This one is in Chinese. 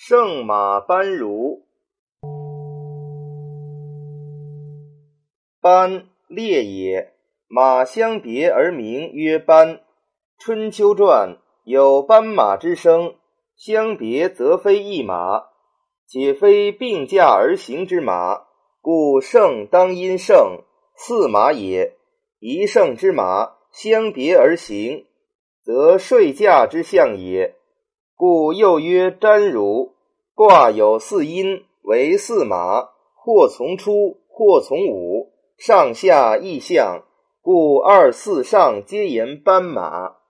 圣马班如。班，列也。马相别而名曰班。春秋传有斑马之声，相别则非一马，且非并驾而行之马，故圣当因圣，驷马也。一圣之马，相别而行，则睡驾之象也。故又曰瞻汝。卦有四阴，为驷马，或从出，或从午，上下异象，故二四上皆言斑马。